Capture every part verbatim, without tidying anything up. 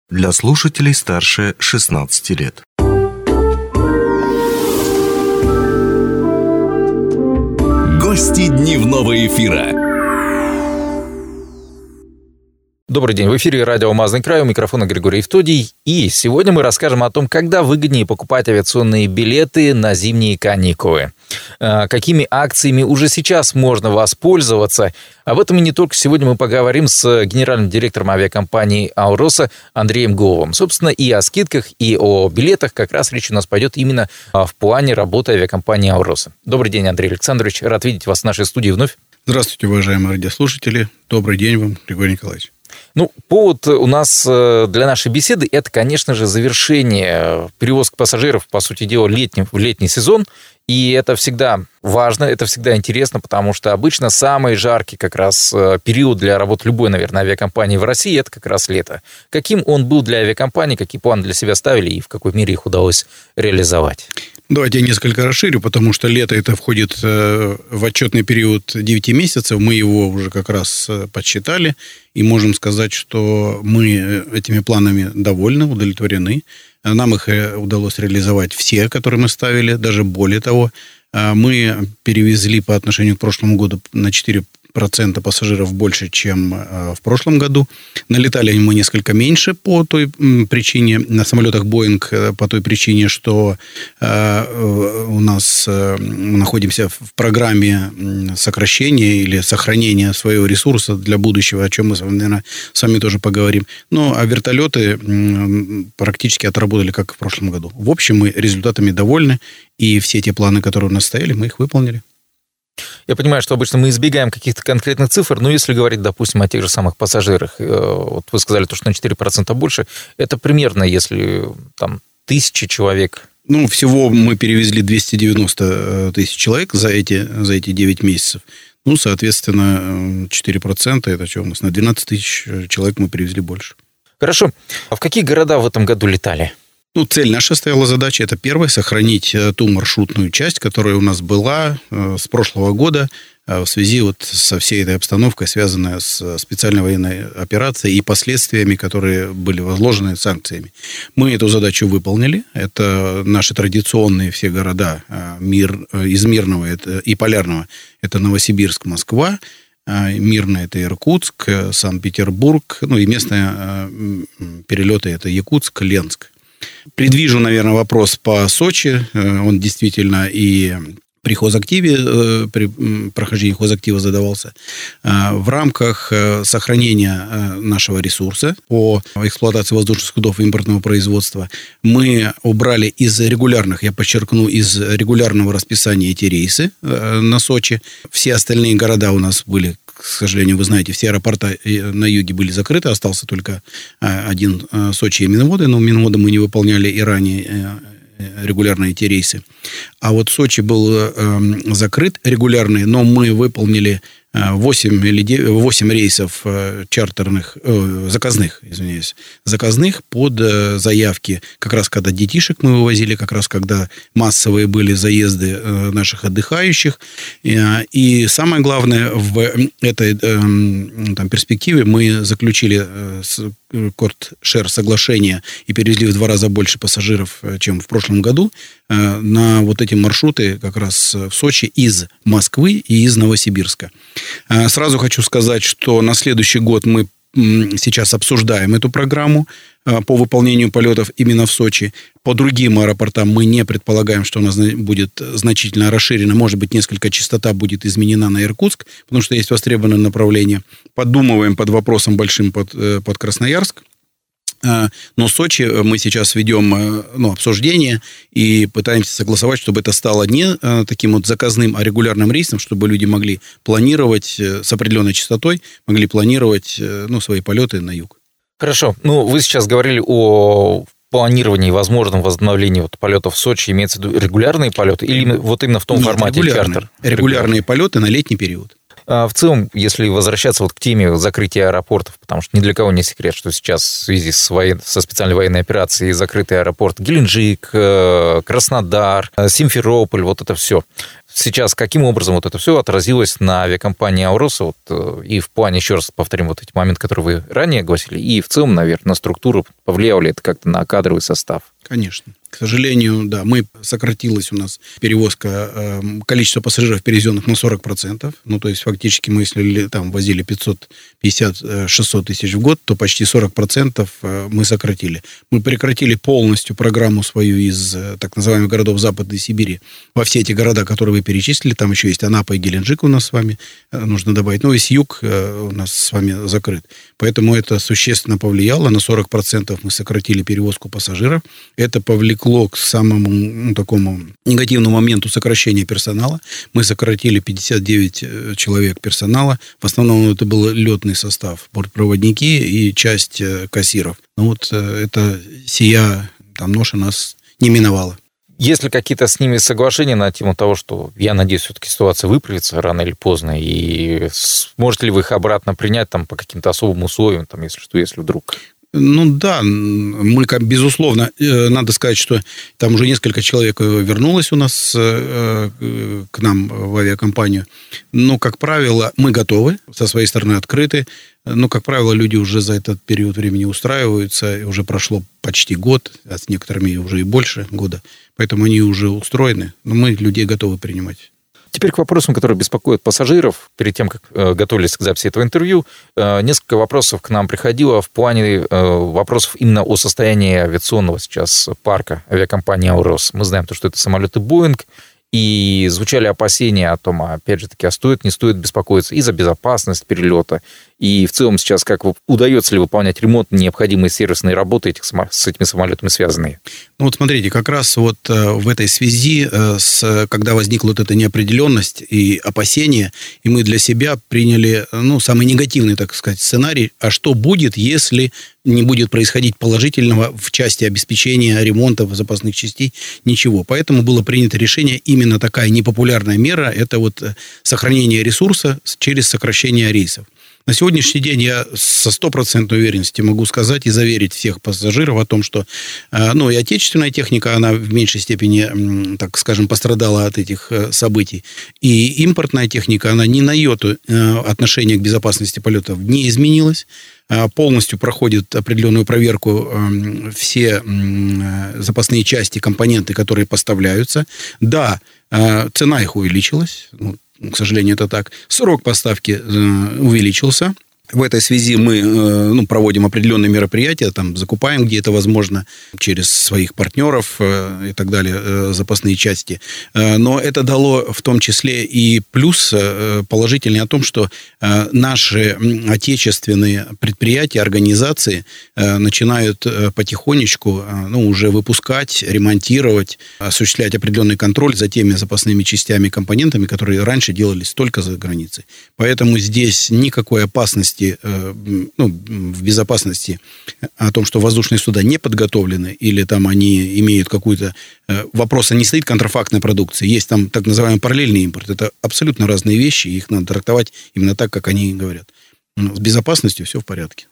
Для слушателей старше шестнадцати лет. Гости дневного эфира. Добрый день, в эфире радио «Алмазный край», у микрофона Григорий Евтодий. И сегодня мы расскажем о том, когда выгоднее покупать авиационные билеты на зимние каникулы. Какими акциями уже сейчас можно воспользоваться. Об этом и не только. Сегодня мы поговорим с генеральным директором авиакомпании «Ауроса» Андреем Головым. Собственно, и о скидках, и о билетах как раз речь у нас пойдет именно в плане работы авиакомпании «Ауроса». Добрый день, Андрей Александрович. Рад видеть вас в нашей студии вновь. Здравствуйте, уважаемые радиослушатели. Добрый день вам, Григорий Николаевич. Ну, повод у нас для нашей беседы – это, конечно же, завершение перевозки пассажиров, по сути дела, летний, в летний сезон. И это всегда важно, это всегда интересно, потому что обычно самый жаркий как раз период для работы любой, наверное, авиакомпании в России – это как раз лето. Каким он был для авиакомпании, какие планы для себя ставили и в какой мере их удалось реализовать? Давайте я несколько расширю, потому что лето это входит в отчетный период девяти месяцев. Мы его уже как раз подсчитали и можем сказать, что мы этими планами довольны, удовлетворены. Нам их удалось реализовать все, которые мы ставили. Даже более того, мы перевезли по отношению к прошлому году на четыре процента пассажиров больше, чем в прошлом году. Налетали мы несколько меньше по той причине, на самолетах Boeing, по той причине, что у нас мы находимся в программе сокращения или сохранения своего ресурса для будущего, о чем мы, наверное, с вами тоже поговорим. Ну, а вертолеты практически отработали, как в прошлом году. В общем, мы результатами довольны, и все те планы, которые у нас стояли, мы их выполнили. Я понимаю, что обычно мы избегаем каких-то конкретных цифр, но если говорить, допустим, о тех же самых пассажирах, вот вы сказали, то, что на четыре процента больше, это примерно, если там тысячи человек. Ну, всего мы перевезли двести девяносто тысяч человек за эти, за эти девять месяцев. Ну, соответственно, четыре процента, это что у нас, на двенадцать тысяч человек мы перевезли больше. Хорошо. А в какие города в этом году летали? Ну, цель наша стояла задача, это первое, сохранить ту маршрутную часть, которая у нас была с прошлого года в связи вот со всей этой обстановкой, связанной с специальной военной операцией и последствиями, которые были возложены санкциями. Мы эту задачу выполнили. Это наши традиционные все города мир, из Мирного это, и Полярного. Это Новосибирск, Москва. Мирный – это Иркутск, Санкт-Петербург. Ну, и местные перелеты – это Якутск, Ленск. Предвижу, наверное, вопрос по Сочи. Он действительно и при хозактиве, при прохождении хозактива задавался. В рамках сохранения нашего ресурса по эксплуатации воздушных судов импортного производства мы убрали из регулярных, я подчеркну, из регулярного расписания эти рейсы на Сочи. Все остальные города у нас были, к сожалению, вы знаете, все аэропорты на юге были закрыты, остался только один Сочи и Минводы, но Минводы мы не выполняли и ранее регулярные эти рейсы. А вот Сочи был э, закрыт регулярный, но мы выполнили восемь, или девять, восемь рейсов чартерных, э, заказных, извиняюсь, заказных под э, заявки, как раз когда детишек мы вывозили, как раз когда массовые были заезды э, наших отдыхающих. И, и самое главное, в этой э, там, перспективе мы заключили э, корд-шер соглашение и перевезли в два раза больше пассажиров, чем в прошлом году, э, на вот эти маршруты как раз в Сочи из Москвы и из Новосибирска. Сразу хочу сказать, что на следующий год мы сейчас обсуждаем эту программу по выполнению полетов именно в Сочи. По другим аэропортам мы не предполагаем, что у нас будет значительно расширена. Может быть, несколько частота будет изменена на Иркутск, потому что есть востребованное направление. Подумываем под вопросом большим под, под Красноярск. Но в Сочи мы сейчас ведем ну, обсуждение и пытаемся согласовать, чтобы это стало не таким вот заказным, а регулярным рейсом, чтобы люди могли планировать с определенной частотой, могли планировать ну, свои полеты на юг. Хорошо. Ну, вы сейчас говорили о планировании и возможном возобновлении вот полетов в Сочи. Имеется в виду регулярные полеты или вот именно в том Нет, формате регулярные, чартер? Регулярные полеты на летний период. В целом, если возвращаться вот к теме закрытия аэропортов, потому что ни для кого не секрет, что сейчас в связи с воен... со специальной военной операцией закрытый аэропорт Геленджик, Краснодар, Симферополь, вот это все. сейчас каким образом вот это все отразилось на авиакомпании «Аурос», вот, и в плане, еще раз повторим, вот эти моменты, которые вы ранее огласили, и в целом, наверное, на структуру, повлияло ли это как-то на кадровый состав? Конечно. К сожалению, да, мы сократилась у нас перевозка, э, количество пассажиров, перевезенных на сорок процентов. Ну, то есть, фактически, мы, если там возили пятьсот пятьдесят - шестьсот тысяч в год, то почти сорок процентов мы сократили. Мы прекратили полностью программу свою из так называемых городов Западной Сибири во все эти города, которые вы перечислили. Там еще есть Анапа и Геленджик у нас с вами, нужно добавить. Но весь юг у нас с вами закрыт. Поэтому это существенно повлияло. На сорок процентов мы сократили перевозку пассажиров. Это повлекло к самому ну, такому негативному моменту сокращения персонала. Мы сократили пятьдесят девять человек персонала. В основном это был летный состав, бортпроводники и часть кассиров. Ну вот это сия там ноша нас не миновала. Есть ли какие-то с ними соглашения на тему того, что, я надеюсь, все-таки ситуация выправится рано или поздно, и сможете ли вы их обратно принять там, по каким-то особым условиям, там, если что, если вдруг... Ну да, мы, безусловно, надо сказать, что там уже несколько человек вернулось у нас к нам в авиакомпанию. Но, как правило, мы готовы, со своей стороны открыты. Но, как правило, люди уже за этот период времени устраиваются. И уже прошло почти год, а с некоторыми уже и больше года. Поэтому они уже устроены. Но мы людей готовы принимать. Теперь к вопросам, которые беспокоят пассажиров. Перед тем, как э, готовились к записи этого интервью, э, несколько вопросов к нам приходило в плане э, вопросов именно о состоянии авиационного сейчас парка авиакомпании «Аурос». Мы знаем, что это самолеты «Боинг», и звучали опасения о том, опять же таки, а стоит, не стоит беспокоиться и за безопасность перелета, и в целом сейчас, как удается ли выполнять ремонт, необходимые сервисные работы этих, с этими самолетами связанные? Ну вот смотрите, как раз вот в этой связи, с, когда возникла вот эта неопределенность и опасения, и мы для себя приняли, ну, самый негативный, так сказать, сценарий, а что будет, если не будет происходить положительного в части обеспечения ремонта запасных частей, ничего. Поэтому было принято решение, именно такая непопулярная мера, это вот сохранение ресурса через сокращение рейсов. На сегодняшний день я со стопроцентной уверенностью могу сказать и заверить всех пассажиров о том, что ну, и отечественная техника, она в меньшей степени, так скажем, пострадала от этих событий. И импортная техника, она ни на йоту отношения к безопасности полетов не изменилась. Полностью проходит определенную проверку все запасные части, компоненты, которые поставляются. Да, цена их увеличилась, к сожалению, это так. Срок поставки э, увеличился. В этой связи мы э, ну, проводим определенные мероприятия, там, закупаем, где это возможно, через своих партнеров э, и так далее, э, запасные части. Э, но это дало в том числе и плюс э, положительный о том, что э, наши отечественные предприятия, организации э, начинают э, потихонечку э, ну, уже выпускать, ремонтировать, осуществлять определенный контроль за теми запасными частями, компонентами, которые раньше делались только за границей. Поэтому здесь никакой опасности, ну, в безопасности о том, что воздушные суда не подготовлены или там они имеют какую-то... Вопроса не стоит контрафактной продукции. Есть там так называемый параллельный импорт. Это абсолютно разные вещи, и их надо трактовать именно так, как они говорят. С безопасностью все в порядке.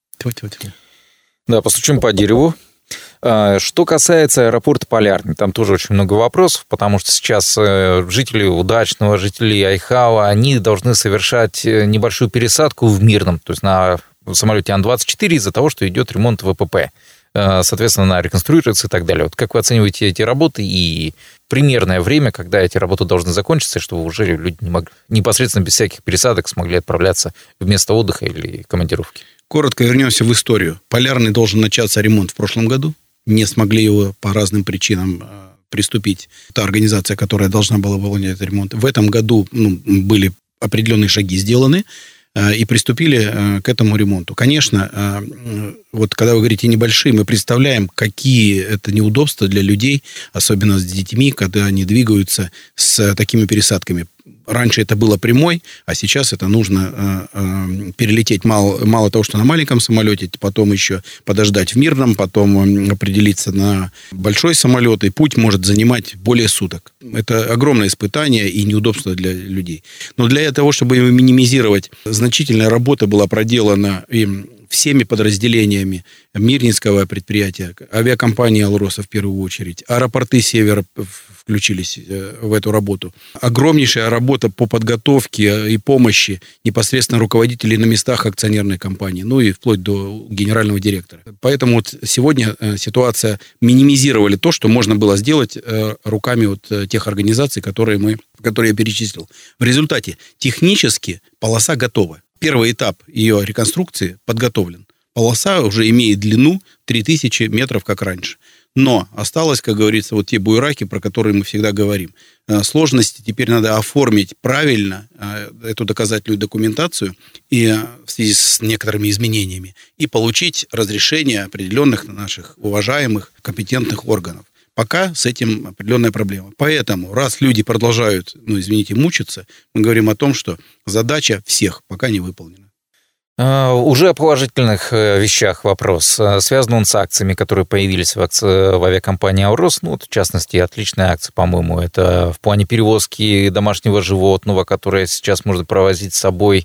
Да, постучим по дереву. Что касается аэропорта Полярный, там тоже очень много вопросов, потому что сейчас жители Удачного, жители Айхала, они должны совершать небольшую пересадку в Мирном, то есть на самолете Ан двадцать четыре из-за того, что идет ремонт ВПП. Соответственно, она реконструируется и так далее. Вот как вы оцениваете эти работы и примерное время, когда эти работы должны закончиться, чтобы уже люди не могли, непосредственно без всяких пересадок смогли отправляться в место отдыха или командировки? Коротко вернемся в историю. Полярный должен начаться ремонт в прошлом году. Не смогли его по разным причинам приступить. Та организация, которая должна была выполнять этот ремонт. В этом году ну, были определенные шаги сделаны и приступили к этому ремонту. Конечно, вот когда вы говорите небольшие, мы представляем, какие это неудобства для людей, особенно с детьми, когда они двигаются с такими пересадками. Раньше это было прямой, а сейчас это нужно э, э, перелететь мало, мало того, что на маленьком самолете, потом еще подождать в Мирном, потом определиться на большой самолет, и путь может занимать более суток. Это огромное испытание и неудобство для людей. Но для того, чтобы минимизировать, значительная работа была проделана и всеми подразделениями Мирнинского предприятия, авиакомпании «Алроса» в первую очередь, аэропорты «Севера» включились в эту работу. Огромнейшая работа по подготовке и помощи непосредственно руководителей на местах акционерной компании, ну и вплоть до генерального директора. Поэтому вот сегодня ситуация, минимизировали то, что можно было сделать руками вот тех организаций, которые, мы, которые я перечислил. В результате технически полоса готова. Первый этап ее реконструкции подготовлен. Полоса уже имеет длину три тысячи метров, как раньше. Но осталось, как говорится, вот те буераки, про которые мы всегда говорим. Сложности теперь надо оформить правильно эту доказательную документацию и в связи с некоторыми изменениями и получить разрешение определенных наших уважаемых компетентных органов. Пока с этим определенная проблема. Поэтому, раз люди продолжают, ну, извините, мучиться, мы говорим о том, что задача всех пока не выполнена. Уже о положительных вещах вопрос. Связан он с акциями, которые появились в, акци... в авиакомпании «Алрос». Ну, вот, в частности, отличная акция, по-моему. Это в плане перевозки домашнего животного, которое сейчас можно провозить с собой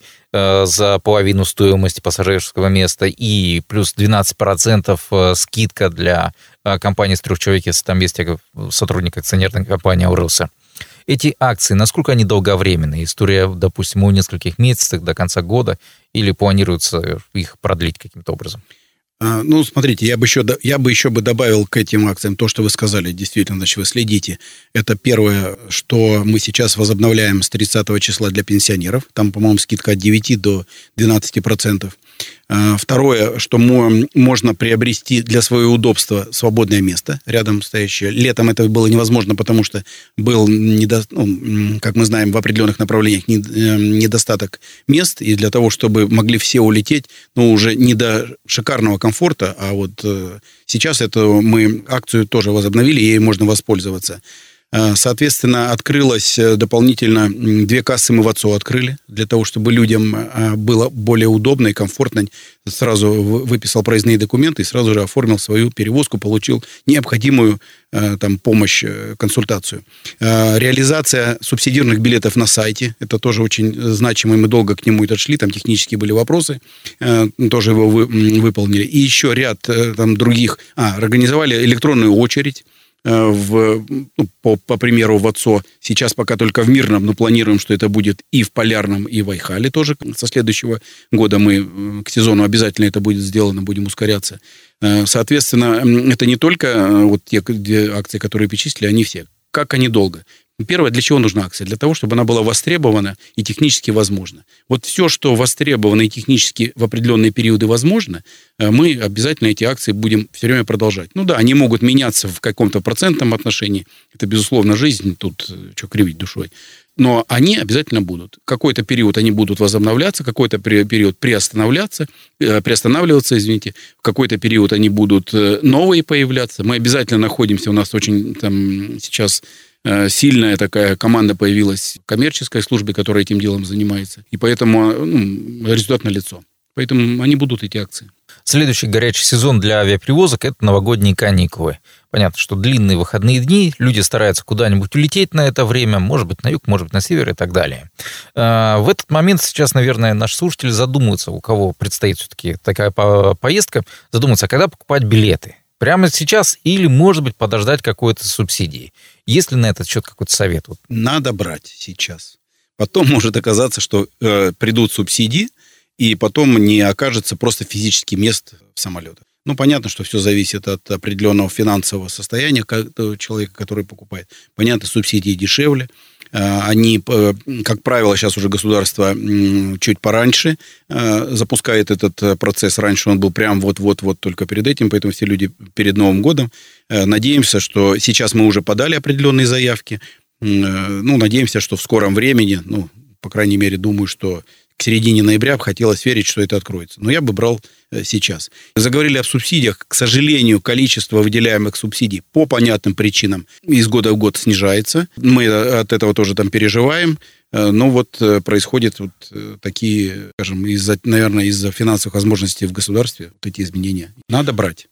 за половину стоимости пассажирского места, и плюс двенадцать процентов скидка для компании с трех человек, если там есть сотрудник акционерной компании «Алроса». Эти акции, насколько они долговременные? История, допустим, у нескольких месяцев до конца года, или планируется их продлить каким-то образом? Ну, смотрите, я бы еще, я бы еще бы добавил к этим акциям то, что вы сказали. Действительно, значит, вы следите. Это первое, что мы сейчас возобновляем с тридцатого числа для пенсионеров. Там, по-моему, скидка от девяти до двенадцати процентов. Второе, что можно приобрести для своего удобства свободное место рядом стоящее. Летом это было невозможно, потому что был, недо, ну, как мы знаем, в определенных направлениях недостаток мест. И для того, чтобы могли все улететь, ну, уже не до шикарного комфорта, а вот сейчас эту мы акцию тоже возобновили, ей можно воспользоваться. Соответственно, открылось дополнительно, две кассы мы в АЦО открыли, для того, чтобы людям было более удобно и комфортно. Сразу выписал проездные документы и сразу же оформил свою перевозку, получил необходимую там, помощь, консультацию. Реализация субсидированных билетов на сайте, это тоже очень значимо, и мы долго к нему отошли, там технические были вопросы, тоже его выполнили. И еще ряд там, других, а, организовали электронную очередь. В, ну, по, по примеру в АЦО, сейчас пока только в Мирном, но планируем, что это будет и в Полярном, и в Айхале тоже. Со следующего года мы к сезону обязательно это будет сделано, будем ускоряться. Соответственно, это не только вот те акции, которые перечислили, они все. Как они долго? Первое, для чего нужна акция? Для того, чтобы она была востребована и технически возможна. Вот все, что востребовано и технически в определенные периоды возможно, мы обязательно эти акции будем все время продолжать. Ну да, они могут меняться в каком-то процентном отношении. Это, безусловно, жизнь, тут что кривить душой. Но они обязательно будут. Какой-то период они будут возобновляться, какой-то период приостанавливаться, приостанавливаться, извините. В какой-то период они будут новые появляться. Мы обязательно находимся, у нас очень там сейчас сильная такая команда появилась в коммерческой службе, которая этим делом занимается. И поэтому ну, результат налицо. Поэтому они будут, эти акции. Следующий горячий сезон для авиаперевозок – это новогодние каникулы. Понятно, что длинные выходные дни, люди стараются куда-нибудь улететь на это время, может быть, на юг, может быть, на север и так далее. В этот момент сейчас, наверное, наши слушатели задумаются, у кого предстоит все-таки такая поездка, задумаются, а когда покупать билеты? Прямо сейчас или, может быть, подождать какой-то субсидии? Есть ли на этот счет какой-то совет? Надо брать сейчас. Потом может оказаться, что э, придут субсидии, и потом не окажется просто физически мест в самолетах. Ну, понятно, что все зависит от определенного финансового состояния человека, который покупает. Понятно, субсидии дешевле. Они, как правило, сейчас уже государство чуть пораньше запускает этот процесс. Раньше он был прям вот-вот-вот только перед этим, поэтому все люди перед Новым годом. Надеемся, что сейчас мы уже подали определенные заявки. Ну, надеемся, что в скором времени, ну, по крайней мере, думаю, что к середине ноября хотелось верить, что это откроется. Но я бы брал сейчас. Заговорили о субсидиях. К сожалению, количество выделяемых субсидий по понятным причинам из года в год снижается. Мы от этого тоже там переживаем. Но вот происходят вот такие, скажем, из-за, наверное, из-за финансовых возможностей в государстве вот эти изменения. Надо брать.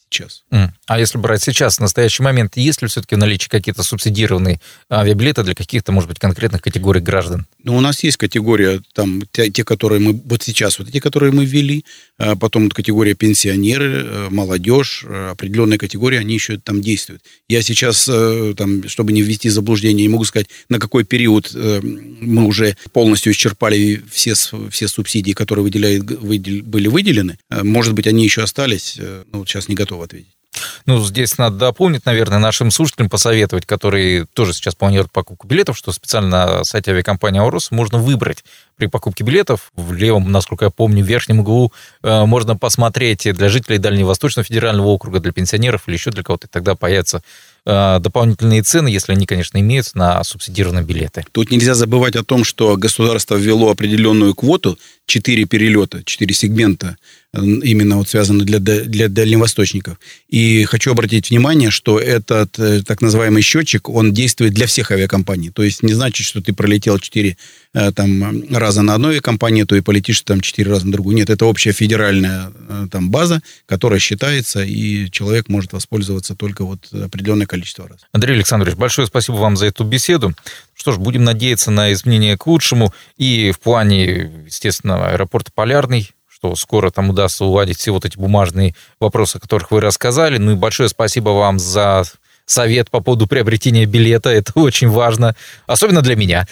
сейчас. Mm. А если брать сейчас, в настоящий момент, есть ли все-таки в наличии какие-то субсидированные авиабилеты для каких-то, может быть, конкретных категорий граждан? Ну, у нас есть категория, там, те, те, которые мы, вот сейчас, вот эти, которые мы ввели, а потом вот категория пенсионеры, молодежь, определенные категории, они еще там действуют. Я сейчас, там, чтобы не ввести заблуждение, не могу сказать, на какой период мы уже полностью исчерпали все, все субсидии, которые выделяют, выдел, были выделены. Может быть, они еще остались, но вот сейчас не готов ответить. Ну, здесь надо дополнить, наверное, нашим слушателям посоветовать, которые тоже сейчас планируют покупку билетов, что специально на сайте авиакомпании «Аурос» можно выбрать при покупке билетов. В левом, насколько я помню, верхнем углу э, можно посмотреть для жителей Дальневосточного федерального округа, для пенсионеров или еще для кого-то. И тогда появятся э, дополнительные цены, если они, конечно, имеются, на субсидированные билеты. Тут нельзя забывать о том, что государство ввело определенную квоту, четыре перелета, четыре сегмента, именно вот связаны для, для дальневосточников. И хочу обратить внимание, что этот так называемый счетчик, он действует для всех авиакомпаний. То есть не значит, что ты пролетел четыре там, раза на одной авиакомпании, то и полетишь там четыре раза на другую. Нет, это общая федеральная там, база, которая считается, и человек может воспользоваться только вот определенное количество раз. Андрей Александрович, большое спасибо вам за эту беседу. Что ж, будем надеяться на изменения к лучшему и в плане, естественно, аэропорта Полярный, что скоро там удастся уладить все вот эти бумажные вопросы, о которых вы рассказали. Ну и большое спасибо вам за совет по поводу приобретения билета. Это очень важно, особенно для меня.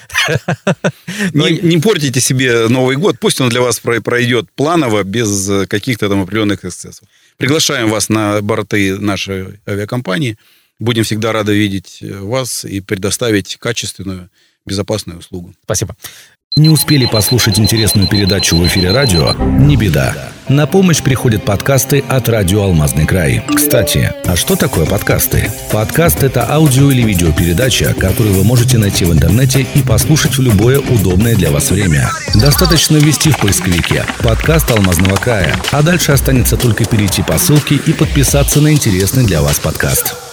Не, не портите себе Новый год. Пусть он для вас пройдет планово, без каких-то там определенных эксцессов. Приглашаем вас на борты нашей авиакомпании. Будем всегда рады видеть вас и предоставить качественную, безопасную услугу. Спасибо. Не успели послушать интересную передачу в эфире радио? Не беда. На помощь приходят подкасты от радио «Алмазный край». Кстати, а что такое подкасты? Подкаст – это аудио- или видеопередача, которую вы можете найти в интернете и послушать в любое удобное для вас время. Достаточно ввести в поисковике «Подкаст Алмазного края», а дальше останется только перейти по ссылке и подписаться на интересный для вас подкаст.